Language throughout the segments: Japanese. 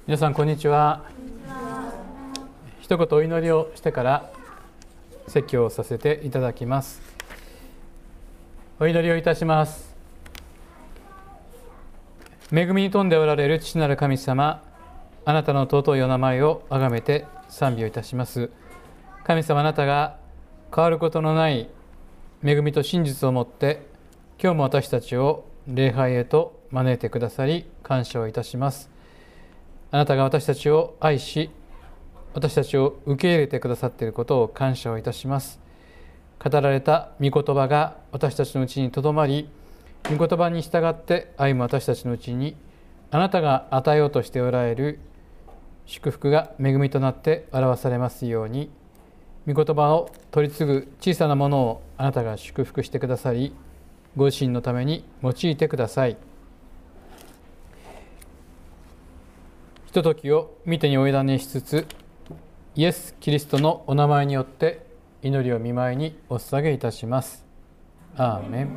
皆さんこんにちは。一言お祈りをしてから説教をさせていただきます。お祈りをいたします。恵みに富んでおられる父なる神様、あなたの尊いお名前をあがめて賛美をいたします。神様、あなたが変わることのない恵みと真実をもって今日も私たちを礼拝へと招いてくださり感謝をいたします。あなたが私たちを愛し、私たちを受け入れてくださっていることを感謝をいたします。語られた御言葉が私たちのうちにとどまり、御言葉に従って歩む私たちのうちに、あなたが与えようとしておられる祝福が恵みとなって表されますように、御言葉を取り継ぐ小さなものをあなたが祝福してくださり、ご自身のために用いてください。ひとときを御手にお委ねしつつ、イエス・キリストのお名前によって祈りを御前にお捧げいたします。アーメン。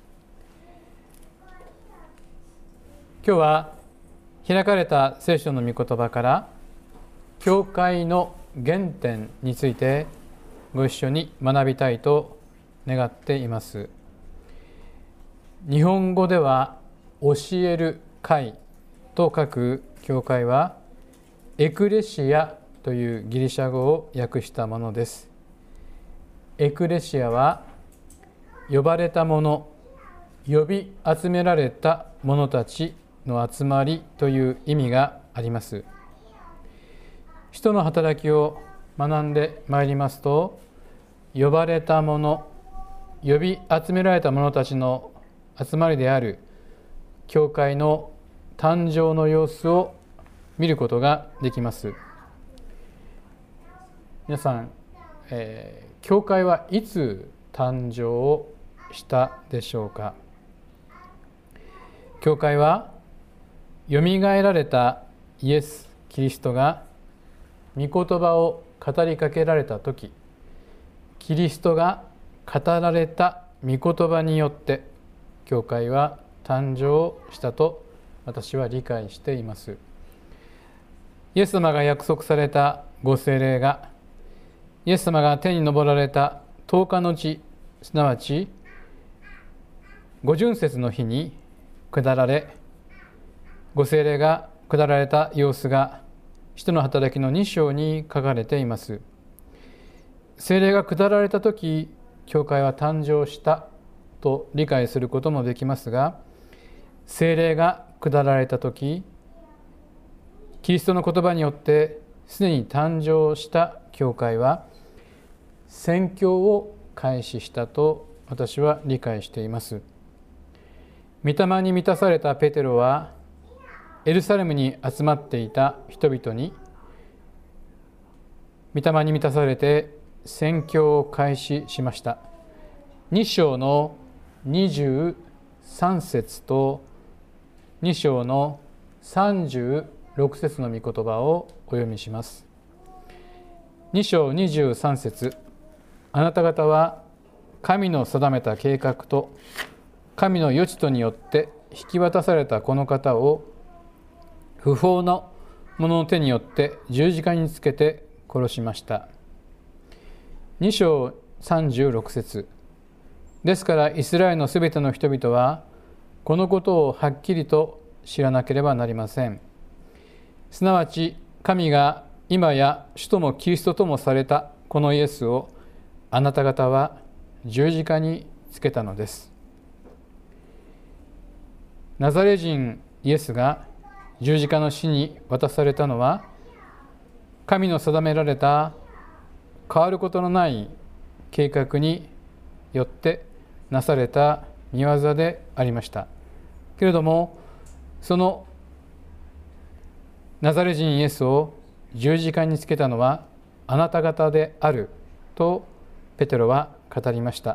今日は開かれた聖書の御言葉から教会の原点についてご一緒に学びたいと願っています。日本語では教える会と書く教会はエクレシアというギリシャ語を訳したものです。エクレシアは呼ばれた者、呼び集められた者たちの集まりという意味があります。使徒の働きを学んでまいりますと、呼ばれた者、呼び集められた者たちの集まりである教会の誕生の様子を見ることができます。皆さん、教会はいつ誕生したでしょうか。教会はよみがえられたイエス・キリストが御言葉を語りかけられたとき、キリストが語られた御言葉によって教会は誕生したと私は理解しています。イエス様が約束されたご聖霊が、イエス様が天に昇られた10日の日、すなわち五旬節の日に下られ、ご聖霊が下られた様子が使徒の働きの2章に書かれています。聖霊が下られたとき、教会は誕生したと理解することもできますが、聖霊が下られたとき、キリストの言葉によってすでに誕生した教会は宣教を開始したと私は理解しています。御霊に満たされたペテロはエルサレムに集まっていた人々に御霊に満たされて宣教を開始しました。2章の23節と2章の36節の御言葉をお読みします。2章23節、あなた方は神の定めた計画と神の余地とによって引き渡されたこの方を不法の者の手によって十字架につけて殺しました。2章36節、ですからイスラエルのすべての人々はこのことをはっきりと知らなければなりません。すなわち神が今や主ともキリストともされたこのイエスをあなた方は十字架につけたのです。ナザレ人イエスが十字架の死に渡されたのは、神の定められた変わることのない計画によってなされた御業でありました。けれども、そのナザレ人イエスを十字架につけたのはあなた方であるとペテロは語りました。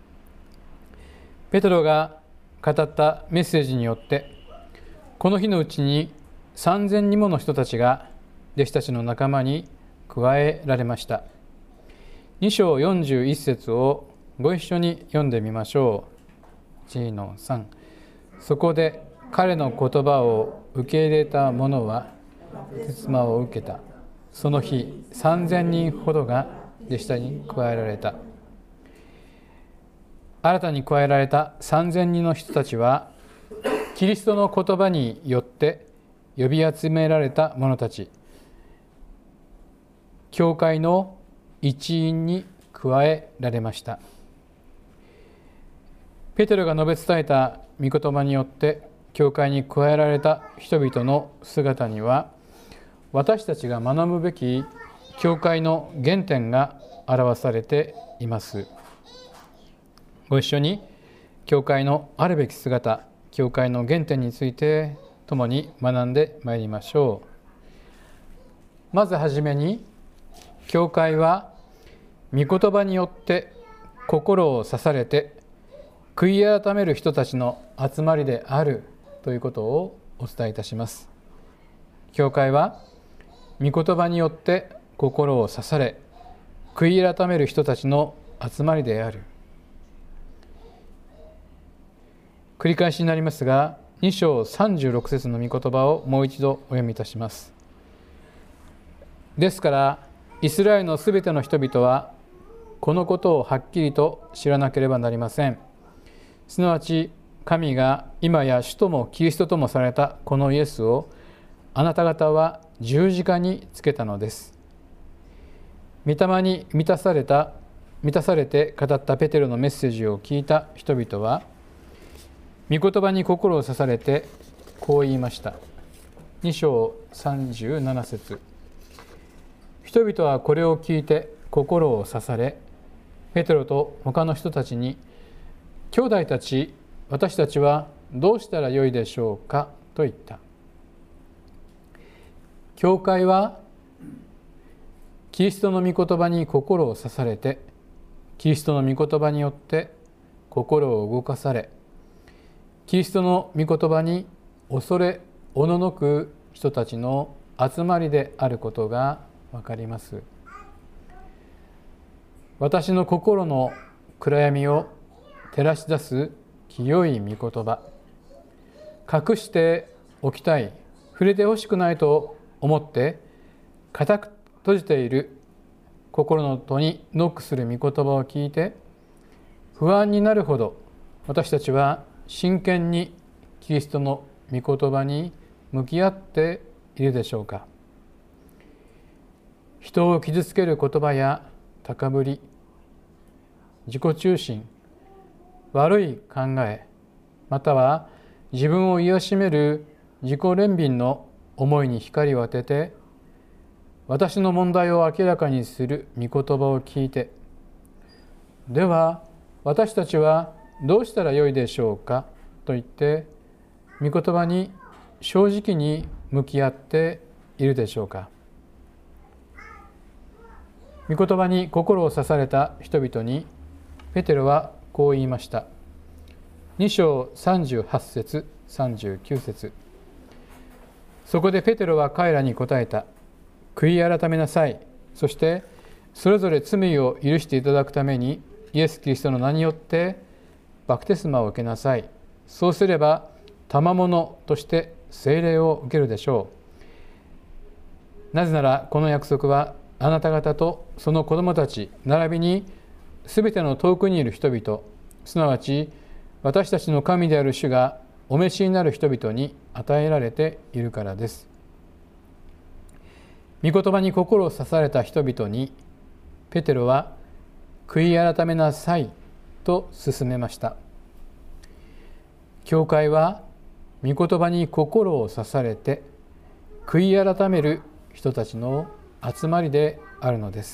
ペテロが語ったメッセージによって、この日のうちに3000人もの人たちが弟子たちの仲間に加えられました。2章41節をご一緒に読んでみましょう。1の3、そこで彼の言葉を受け入れた者はバプテスマを受けた。その日3000人ほどが弟子たちに加えられた。新たに加えられた3000人の人たちはキリストの言葉によって呼び集められた者たち、教会の一員に加えられました。ペテロが述べ伝えた御言葉によって教会に加えられた人々の姿には、私たちが学ぶべき教会の原点が表されています。ご一緒に教会のあるべき姿、教会の原点について共に学んでまいりましょう。まずはじめに、教会は御言葉によって心を刺されて悔い改める人たちの集まりであるということをお伝えいたします。教会は御言葉によって心を刺され悔い改める人たちの集まりである。繰り返しになりますが、2章36節の御言葉をもう一度お読みいたします。ですからイスラエルのすべての人々はこのことをはっきりと知らなければなりません。すなわち神が今や主ともキリストともされたこのイエスをあなた方は十字架につけたのです。御霊に満たされて語ったペテロのメッセージを聞いた人々は御言葉に心を刺されてこう言いました。2章37節。人々はこれを聞いて心を刺され、ペテロと他の人たちに、兄弟たち、私たちはどうしたらよいでしょうかと言った。教会はキリストの御言葉に心を刺されて、キリストの御言葉によって心を動かされ、キリストの御言葉に恐れおののく人たちの集まりであることがわかります。私の心の暗闇を照らし出す清い御言葉、隠しておきたい、触れてほしくないと思って固く閉じている心の戸にノックする御言葉を聞いて不安になるほど私たちは真剣にキリストの御言葉に向き合っているでしょうか。人を傷つける言葉や高ぶり、自己中心、悪い考え、または自分を癒しめる自己憐憫の思いに光を当てて、私の問題を明らかにする御言葉を聞いて、では私たちはどうしたらよいでしょうかと言って、御言葉に正直に向き合っているでしょうか。御言葉に心を刺された人々にペテロはこう言いました。2章38節39節。そこでペテロは彼らに答えた。悔い改めなさい。そしてそれぞれ罪を許していただくためにイエス・キリストの名によってバプテスマを受けなさい。そうすれば賜物として聖霊を受けるでしょう。なぜならこの約束はあなた方とその子供たち並びにすべての遠くにいる人々、すなわち私たちの神である主がお召しになる人々に与えられているからです。御言葉に心を刺された人々にペテロは悔い改めなさいと勧めました。教会は御言葉に心を刺されて悔い改める人たちの集まりであるのです。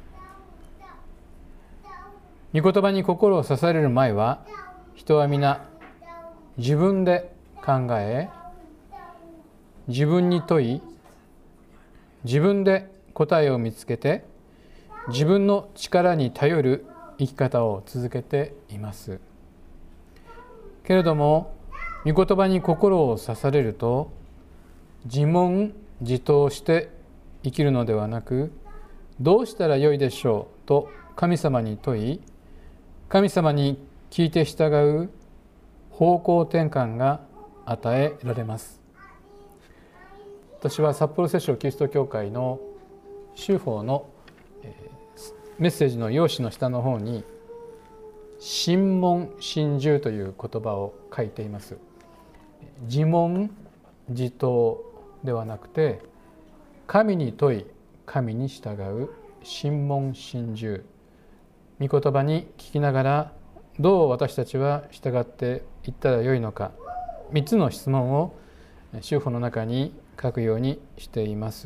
御言葉に心を刺される前は、人は皆自分で考え、自分に問い、自分で答えを見つけて、自分の力に頼る生き方を続けています。けれども、御言葉に心を刺されると、自問自答して生きるのではなく、どうしたらよいでしょうと神様に問い、神様に聞いて従う方向転換が与えられます。 私は札幌摂政キリスト教会の修法のメッセージの用紙の下の方に真問真従という言葉を書いています。自問自答ではなくて、神に問い神に従う真問真従、御言葉に聞きながらどう私たちは従っていったらよいのか、3つの質問を修法の中に書くようにしています。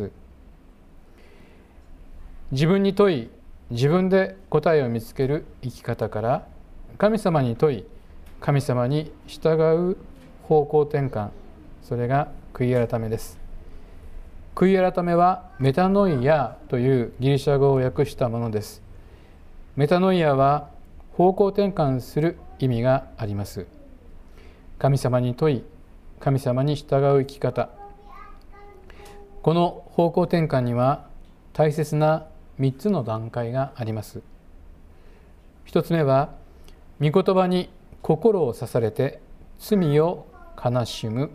自分に問い自分で答えを見つける生き方から、神様に問い神様に従う方向転換、それが悔い改めです。悔い改めはメタノイアというギリシャ語を訳したものです。メタノイアは方向転換する意味があります。神様に問い神様に従う生き方、この方向転換には大切な3つの段階があります。1つ目は、御言葉に心を刺されて罪を悲しむ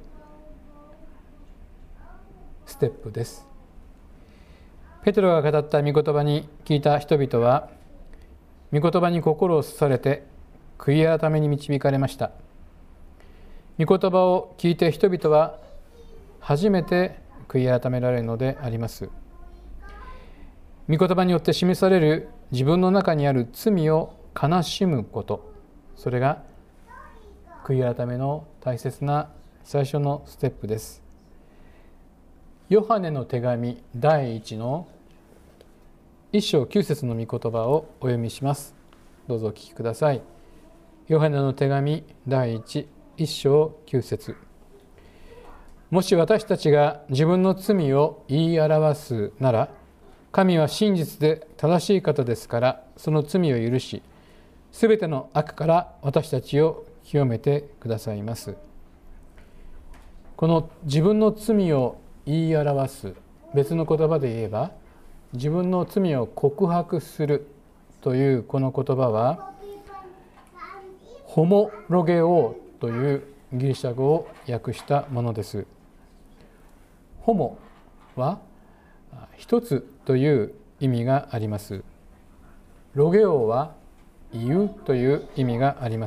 ステップです。ペテロが語った御言葉に聞いた人々は、御言葉に心を刺されて悔い改めに導かれました。御言葉を聞いて人々は初めて悔い改められるのであります。御言葉によって示される自分の中にある罪を悲しむこと、それが悔い改めの大切な最初のステップです。ヨハネの手紙第1の1章9節の御言葉をお読みします。どうぞお聞きください。ヨハネの手紙第1章9節。もし私たちが自分の罪を言い表すなら、神は真実で正しい方ですから、その罪を許し、すべての悪から私たちを清めてくださいます。この自分の罪を言い表す、別の言葉で言えば自分の罪を告白するというこの言葉は、ホモロゲオーというギリシャ語を訳したものです。ホモは一つという意味があります。ロゲオは言うという意味があります。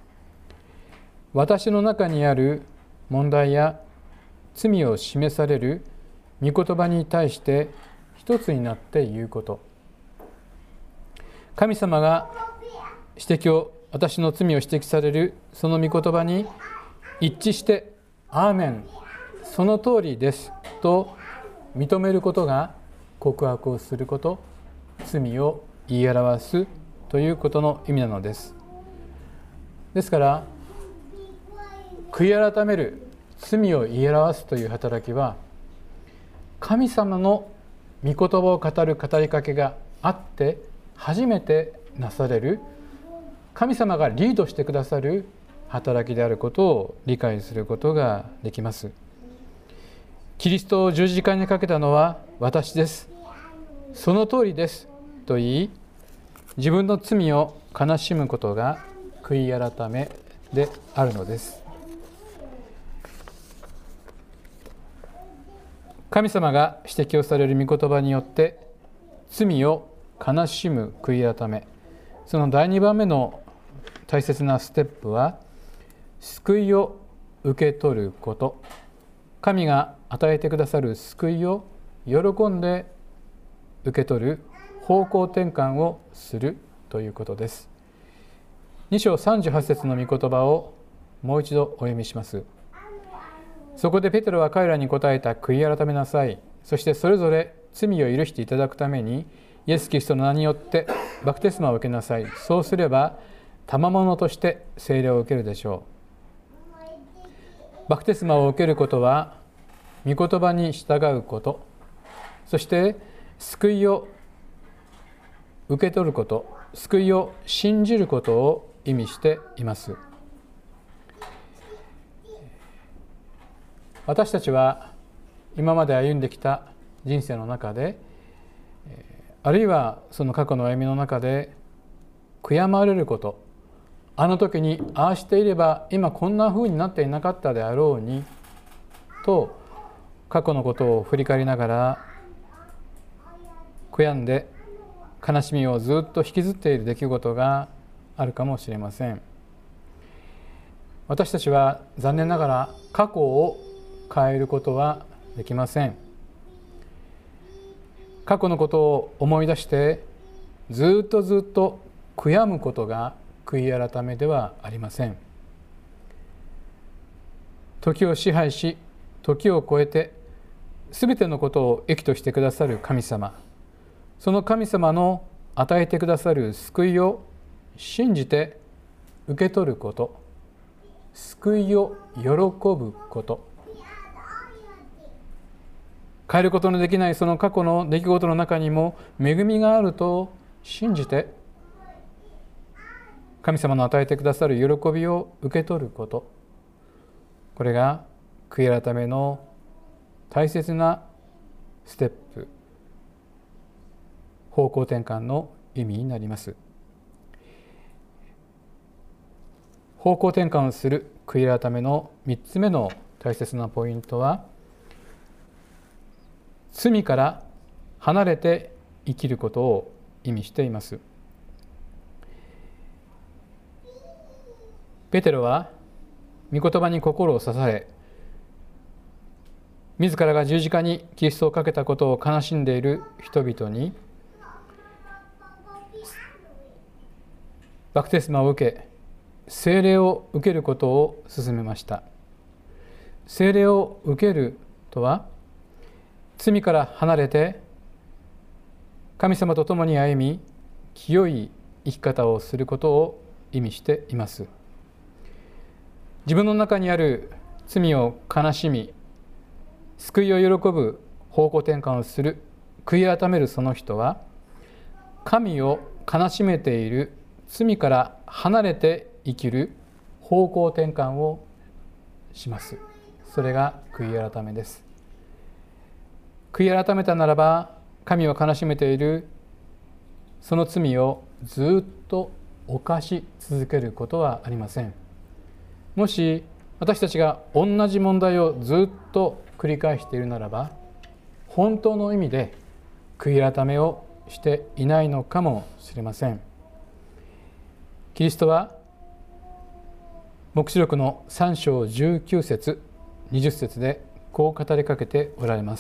私の中にある問題や罪を示される御言葉に対して一つになって言うこと。神様が私の罪を指摘されるその御言葉に一致してアーメン、その通りですと認めることが告白をすること、罪を言い表すということの意味なのです。ですから悔い改める、罪を言い表すという働きは、神様の御言葉を語る語りかけがあって初めてなされる、神様がリードしてくださる働きであることを理解することができます。キリストを十字架にかけたのは私です、その通りですと言い、自分の罪を悲しむことが悔い改めであるのです。神様が指摘をされる御言葉によって罪を悲しむ悔い改め、その第2番目の大切なステップは救いを受け取ること。神が与えてくださる救いを喜んで受け取る方向転換をするということです。2章38節の御言葉をもう一度お読みします。そこでペテロは彼らに答えた。悔い改めなさい。そしてそれぞれ罪を許していただくためにイエス・キリストの名によってバプテスマを受けなさい。そうすれば賜物として聖霊を受けるでしょう。バプテスマを受けることは御言葉に従うこと、そして救いを受け取ること、救いを信じることを意味しています。私たちは今まで歩んできた人生の中で、あるいはその過去の歩みの中で悔やまれること、あの時にああしていれば今こんな風になっていなかったであろうにと過去のことを振り返りながら悔やんで悲しみをずっと引きずっている出来事があるかもしれません。私たちは残念ながら過去を変えることはできません。過去のことを思い出してずっと悔やむことが悔い改めではありません。時を支配し、時を超えてすべてのことを益としてくださる神様、その神様の与えてくださる救いを信じて受け取ること、救いを喜ぶこと、変えることのできないその過去の出来事の中にも恵みがあると信じて、神様の与えてくださる喜びを受け取ること、これが悔い改めの大切なステップ、方向転換の意味になります。方向転換をする悔い改めの3つ目の大切なポイントは、罪から離れて生きることを意味しています。ペテロは御言葉に心を刺され、自らが十字架にキリストをかけたことを悲しんでいる人々にバプテスマを受け、聖霊を受けることを勧めました。聖霊を受けるとは、罪から離れて神様と共に歩み、清い生き方をすることを意味しています。自分の中にある罪を悲しみ、救いを喜ぶ方向転換をする、悔い改めるその人は、神を悲しめている罪から離れて生きる方向転換をします。それが悔い改めです。悔い改めたならば、神を悲しめているその罪をずっと犯し続けることはありません。もし私たちが同じ問題をずっと繰り返しているならば、本当の意味で悔い改めをしていないのかもしれません。キリストは黙示録の3章19節20節でこう語りかけておられます。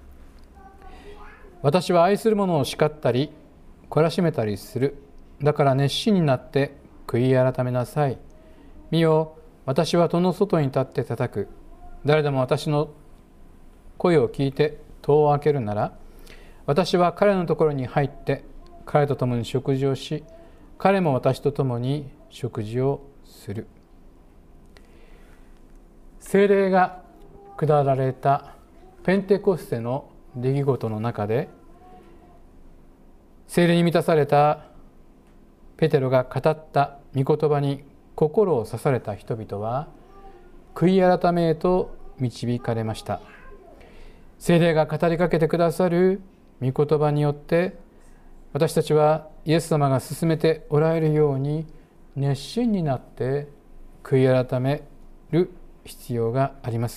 私は愛する者を叱ったり懲らしめたりする。だから熱心になって悔い改めなさい。見よ、私は戸の外に立って叩く。誰でも私の声を聞いて戸を開けるなら、私は彼のところに入って彼と共に食事をし、彼も私と共に食事をする。聖霊が下られたペンテコステの出来事の中で、聖霊に満たされたペテロが語った御言葉に心を刺された人々は悔い改めへと導かれました。聖霊が語りかけてくださる御言葉によって、私たちはイエス様が進めておられるように熱心になって悔い改める必要があります。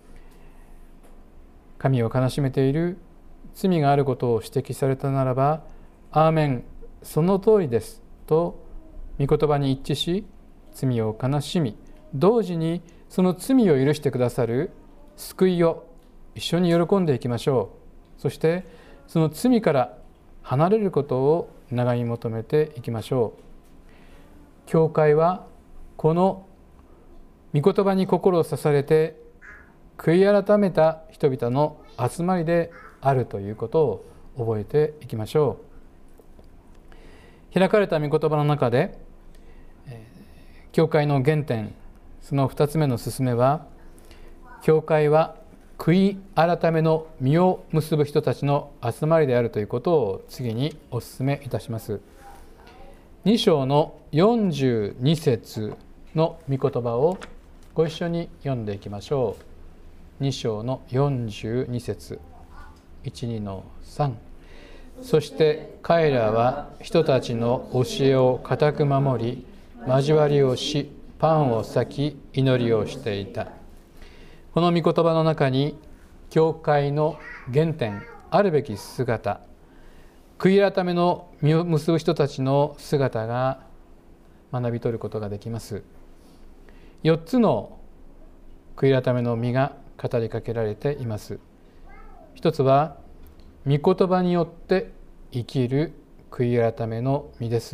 神を悲しめている罪があることを指摘されたならば、アーメン、その通りですと御言葉に一致し、罪を悲しみ、同時にその罪を許してくださる救いを一緒に喜んでいきましょう。そしてその罪から離れることを願い求めていきましょう。教会はこの御言葉に心を刺されて悔い改めた人々の集まりであるということを覚えていきましょう。開かれた御言葉の中で、教会の原点、その2つ目の勧めは、教会は悔い改めの実を結ぶ人たちの集まりであるということを次にお勧めいたします。2章の42節の御言葉をご一緒に読んでいきましょう。2章の42節、1、2の3。そして彼らは人たちの教えを固く守り、交わりをし、パンを裂き、祈りをしていた。この御言葉の中に、 教会の原点、あるべき姿、悔い改めの実を結ぶ人たちの姿が学び取ることができます。4つの悔い改めの実が語りかけられています。一つは御言葉によって生きる悔い改めの実です。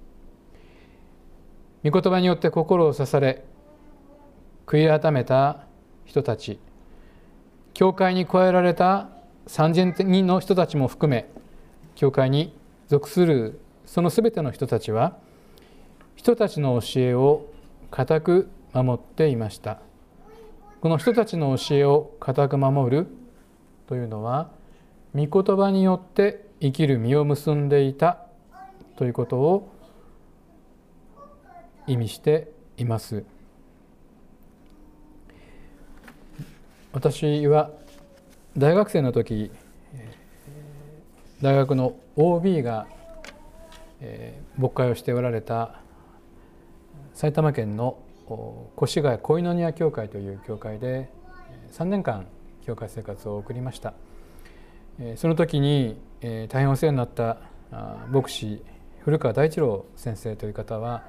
御言葉によって心を刺され悔い改めた人たち、教会に加えられた3000人の人たちも含め、教会に属するそのすべての人たちは、人たちの教えを固く守っていました。この人たちの教えを固く守るというのは、御言葉によって生きる実を結んでいたということを意味しています。私は大学生の時、大学の OB が牧会をしておられた埼玉県の越谷小稲庭教会という教会で3年間教会生活を送りました。その時に大変お世話になった牧師古川大一郎先生という方は、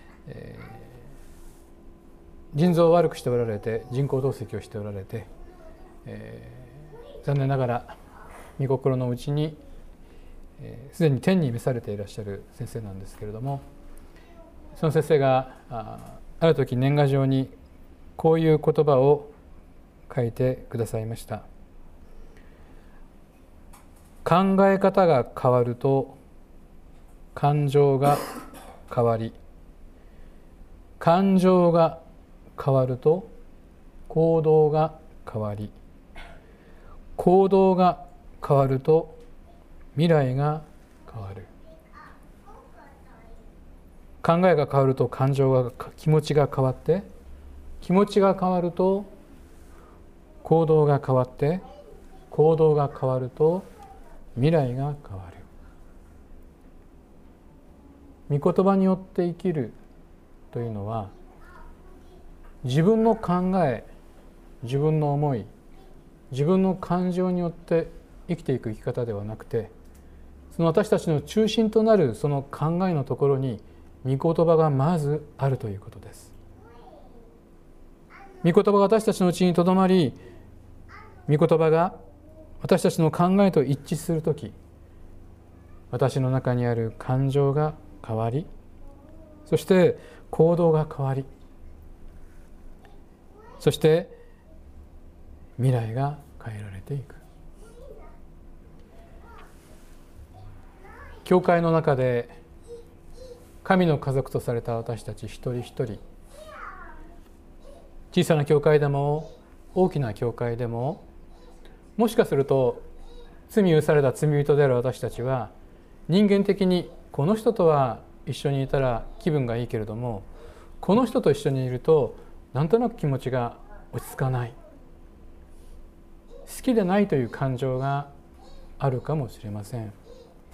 腎臓を悪くしておられて、人工透析をしておられて、残念ながら御心のうちにすでに天に召されていらっしゃる先生なんですけれども、その先生がある時年賀状にこういう言葉を書いてくださいました。考え方が変わると感情が変わり、感情が変わると行動が変わり、行動が変わると未来が変わる。考えが変わると感情が、気持ちが変わって、気持ちが変わると行動が変わって、行動が変わると未来が変わる。御言葉によって生きるというのは、自分の考え、自分の思い、自分の感情によって生きていく生き方ではなくて、その私たちの中心となるその考えのところに御言葉がまずあるということです。御言葉が私たちのうちにとどまり、御言葉が私たちの考えと一致するとき、私の中にある感情が変わり、そして行動が変わり、そして未来が変えられていく。教会の中で神の家族とされた私たち一人一人、小さな教会でも大きな教会でも、もしかすると罪許された罪人である私たちは、人間的にこの人とは一緒にいたら気分がいいけれども、この人と一緒にいるとなんとなく気持ちが落ち着かない、好きでないという感情があるかもしれません。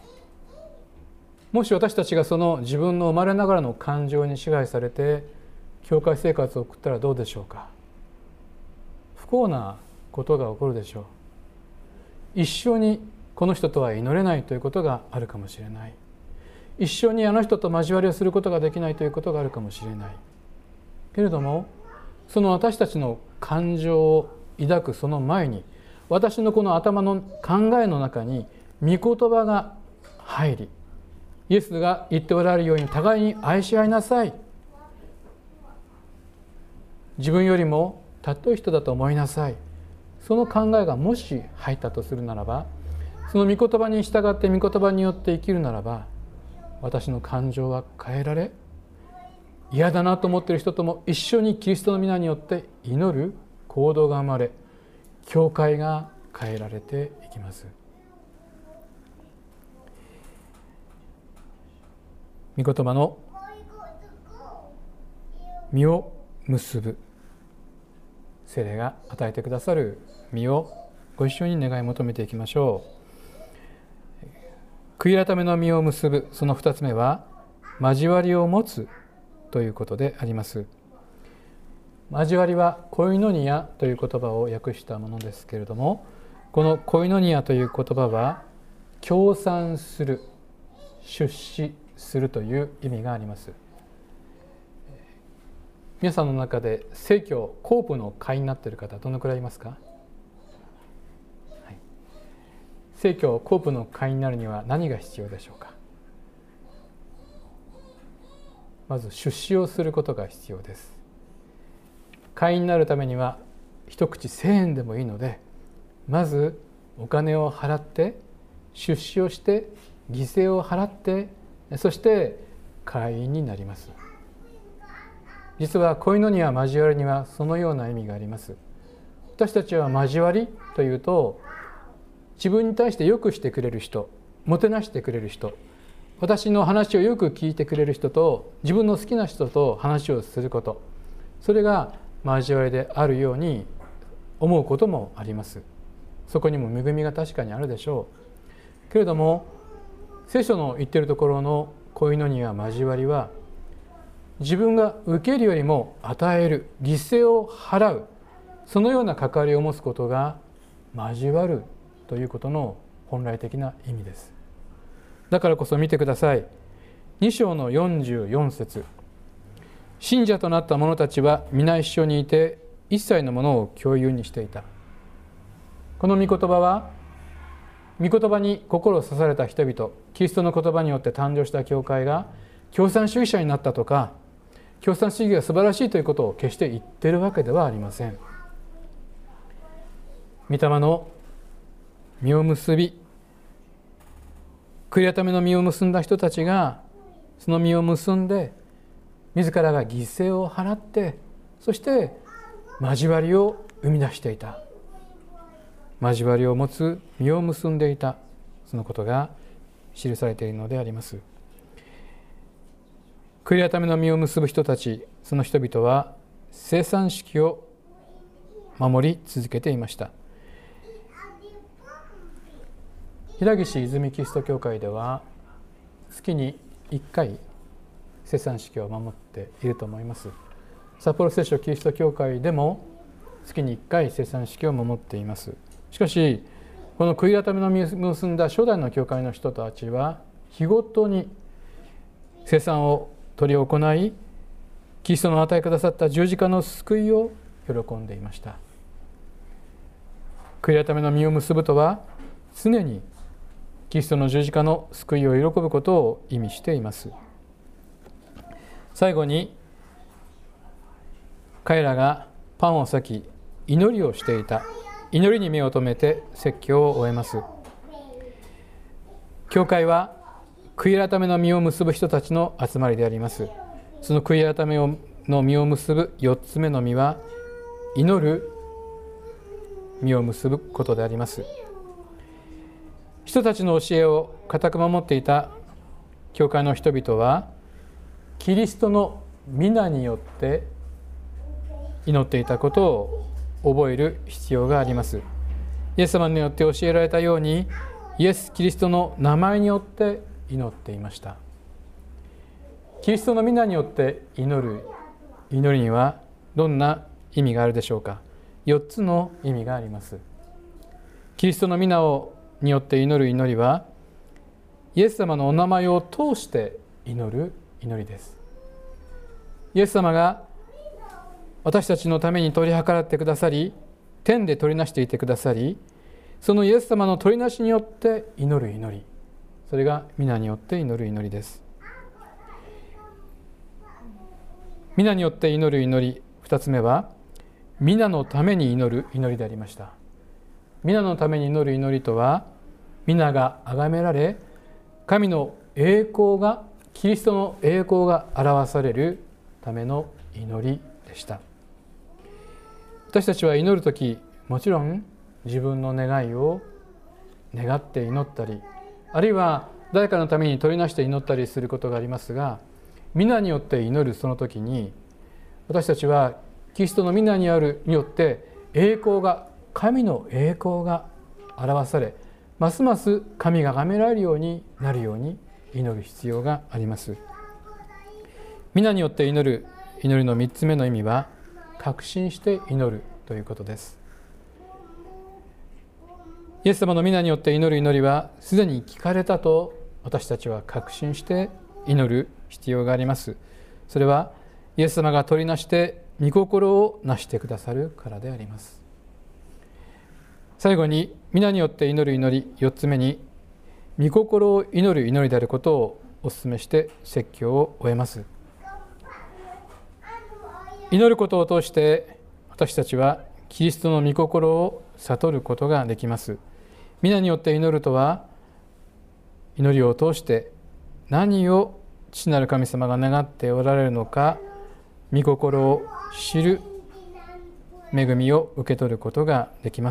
もし私たちがその自分の生まれながらの感情に支配されて教会生活を送ったらどうでしょうか。不幸なことが起こるでしょう。一生にこの人とは祈れないということがあるかもしれない。一生にあの人と交わりをすることができないということがあるかもしれない。けれども、その私たちの感情を抱くその前に、私のこの頭の考えの中に御言葉が入り、イエスが言っておられるように互いに愛し合いなさい、自分よりも尊い人だと思いなさい、その考えがもし入ったとするならば、その御言葉に従って御言葉によって生きるならば、私の感情は変えられ、嫌だなと思っている人とも一緒にキリストの皆によって祈る行動が生まれ、教会が変えられていきます。御言葉の実を結ぶ、聖霊が与えてくださる実をご一緒に願い求めていきましょう。悔い改めの実を結ぶ、その2つ目は交わりを持つということであります。 交わりはコイノニアという言葉を訳したものですけれども、このコイノニアという言葉は協賛する、出資するという意味があります。皆さんの中で正教コープの会になっている方どのくらいいますか？はい、正教コープの会になるには何が必要でしょうか？まず出資をすることが必要です。会員になるためには一口1000円でもいいので、まずお金を払って出資をして犠牲を払って、そして会員になります。実はコイノニア交わりにはそのような意味があります。私たちは交わりというと、自分に対してよくしてくれる人、もてなしてくれる人、私の話をよく聞いてくれる人と自分の好きな人と話をすること、それが交わりであるように思うこともあります。そこにも恵みが確かにあるでしょうけれども、聖書の言っているところのコイノニア交わりは、自分が受けるよりも与える、犠牲を払う、そのような関わりを持つことが交わるということの本来的な意味です。だからこそ見てください。2章の44節、信者となった者たちは皆一緒にいて一切のものを共有にしていた。この御言葉は、御言葉に心を刺された人々、キリストの言葉によって誕生した教会が共産主義者になったとか、共産主義が素晴らしいということを決して言っているわけではありません。御霊の実を結び、悔い改めの実を結んだ人たちがその実を結んで、自らが犠牲を払って、そして交わりを生み出していた。交わりを持つ実を結んでいた、そのことが記されているのであります。悔い改めの実を結ぶ人たち、その人々は生産式を守り続けていました。平岸泉キリスト教会では月に1回生産式を守っていると思います。札幌聖書キリスト教会でも月に1回生産式を守っています。しかしこの悔い改めの実を結んだ初代の教会の人たちは日ごとに生産を取り行い、キリストの与えくださった十字架の救いを喜んでいました。悔い改めの実を結ぶとは、常にキリストの十字架の救いを喜ぶことを意味しています。最後に、彼らがパンを裂き祈りをしていた。祈りに目を留めて説教を終えます。教会は悔い改めの実を結ぶ人たちの集まりであります。その悔い改めの実を結ぶ4つ目の実は、祈る実を結ぶことであります。人たちの教えを固く守っていた教会の人々は、キリストの皆によって祈っていたことを覚える必要があります。イエス様によって教えられたように、イエス・キリストの名前によって祈っていました。キリストの皆によって祈る祈りにはどんな意味があるでしょうか。4つの意味があります。キリストの皆によって祈る祈りは、イエス様のお名前を通して祈る祈りです。イエス様が私たちのために取り計らってくださり、天で取りなしていてくださり、そのイエス様の取りなしによって祈る祈り、それが皆によって祈る祈りです。皆によって祈る祈り、2つ目は皆のために祈る祈りでありました。皆のために祈る祈りとは、皆が崇められ、神の栄光が、キリストの栄光が表されるための祈りでした。私たちは祈るとき、もちろん自分の願いを願って祈ったり、あるいは誰かのために取りなして祈ったりすることがありますが、皆によって祈るその時に、私たちはキリストの皆によって栄光が、神の栄光が表され、ますます神が崇められるようになるように祈る必要があります。皆によって祈る祈りの3つ目の意味は、 確信して祈るということです。イエス様の皆によって祈る祈りはすでに聞かれたと私たちは確信して祈る必要があります。それはイエス様が取りなして御心をなしてくださるからであります。最後に皆によって祈る祈り、4つ目に御心を祈る祈りであることをお勧めして説教を終えます。祈ることを通して私たちはキリストの御心を悟ることができます。皆によって祈るとは、祈りを通して何を父なる神様が願っておられるのか、御心を知る恵みを受け取ることができます。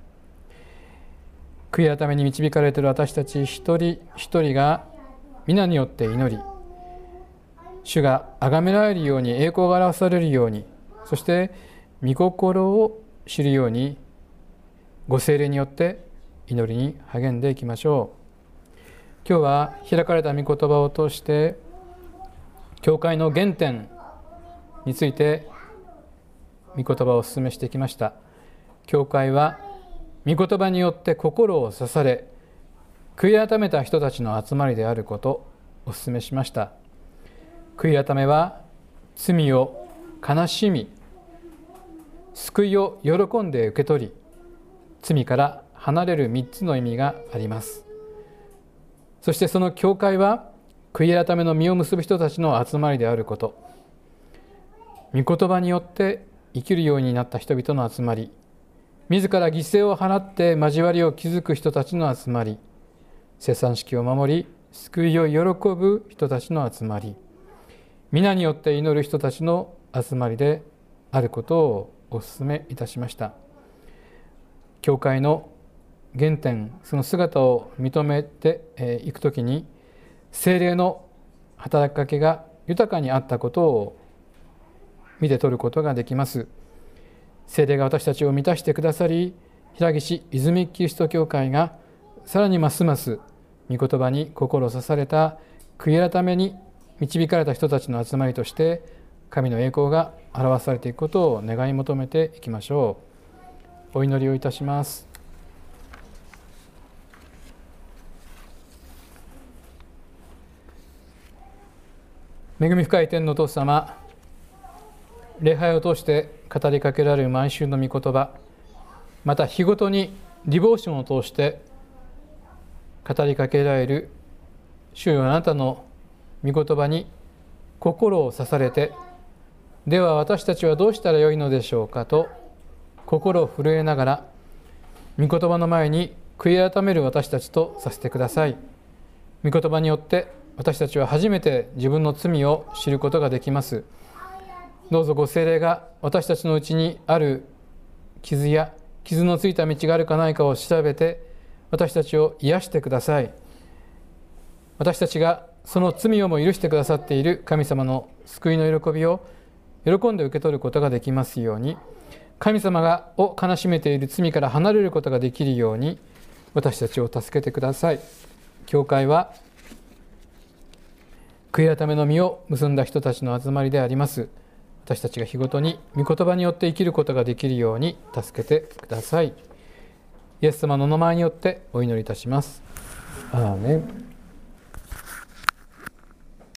悔い改めに導かれている私たち一人一人が皆によって祈り、主が崇められるように、栄光が表されるように、そして御心を知るように、ご聖霊によって祈りに励んでいきましょう。今日は開かれた御言葉を通して教会の原点について御言葉をお勧めしてきました。教会は御言葉によって心を刺され、悔い改めた人たちの集まりであることをお勧めしました。悔い改めは罪を悲しみ、救いを喜んで受け取り、罪から離れる3つの意味があります。そしてその教会は悔い改めの実を結ぶ人たちの集まりであること、御言葉によって生きるようになった人々の集まり、自ら犠牲を払って交わりを築く人たちの集まり、聖餐式を守り救いを喜ぶ人たちの集まり、皆によって祈る人たちの集まりであることをお勧めいたしました。教会の原点、その姿を認めていくときに、聖霊の働きかけが豊かにあったことを見て取ることができます。聖霊が私たちを満たしてくださり、平岸泉キリスト教会がさらにますます御言葉に心を刺された悔い改めに導かれた人たちの集まりとして神の栄光が表されていくことを願い求めていきましょう。お祈りをいたします。恵み深い天のお父様、礼拝を通して語りかけられる毎週の御言葉、また日ごとにディボーションを通して語りかけられる主よ、あなたの御言葉に心を刺されて、では私たちはどうしたらよいのでしょうかと心を震えながら御言葉の前に悔い改める私たちとさせてください。御言葉によって私たちは初めて自分の罪を知ることができます。どうぞご聖霊が私たちのうちにある傷や傷のついた道があるかないかを調べて私たちを癒してください。私たちがその罪をも許してくださっている神様の救いの喜びを喜んで受け取ることができますように、神様を悲しめている罪から離れることができるように私たちを助けてください。教会は悔い改めの実を結んだ人たちの集まりであります。私たちが日ごとに御言葉によって生きることができるように助けてください。イエス様のお名前によってお祈りいたします。アーメン。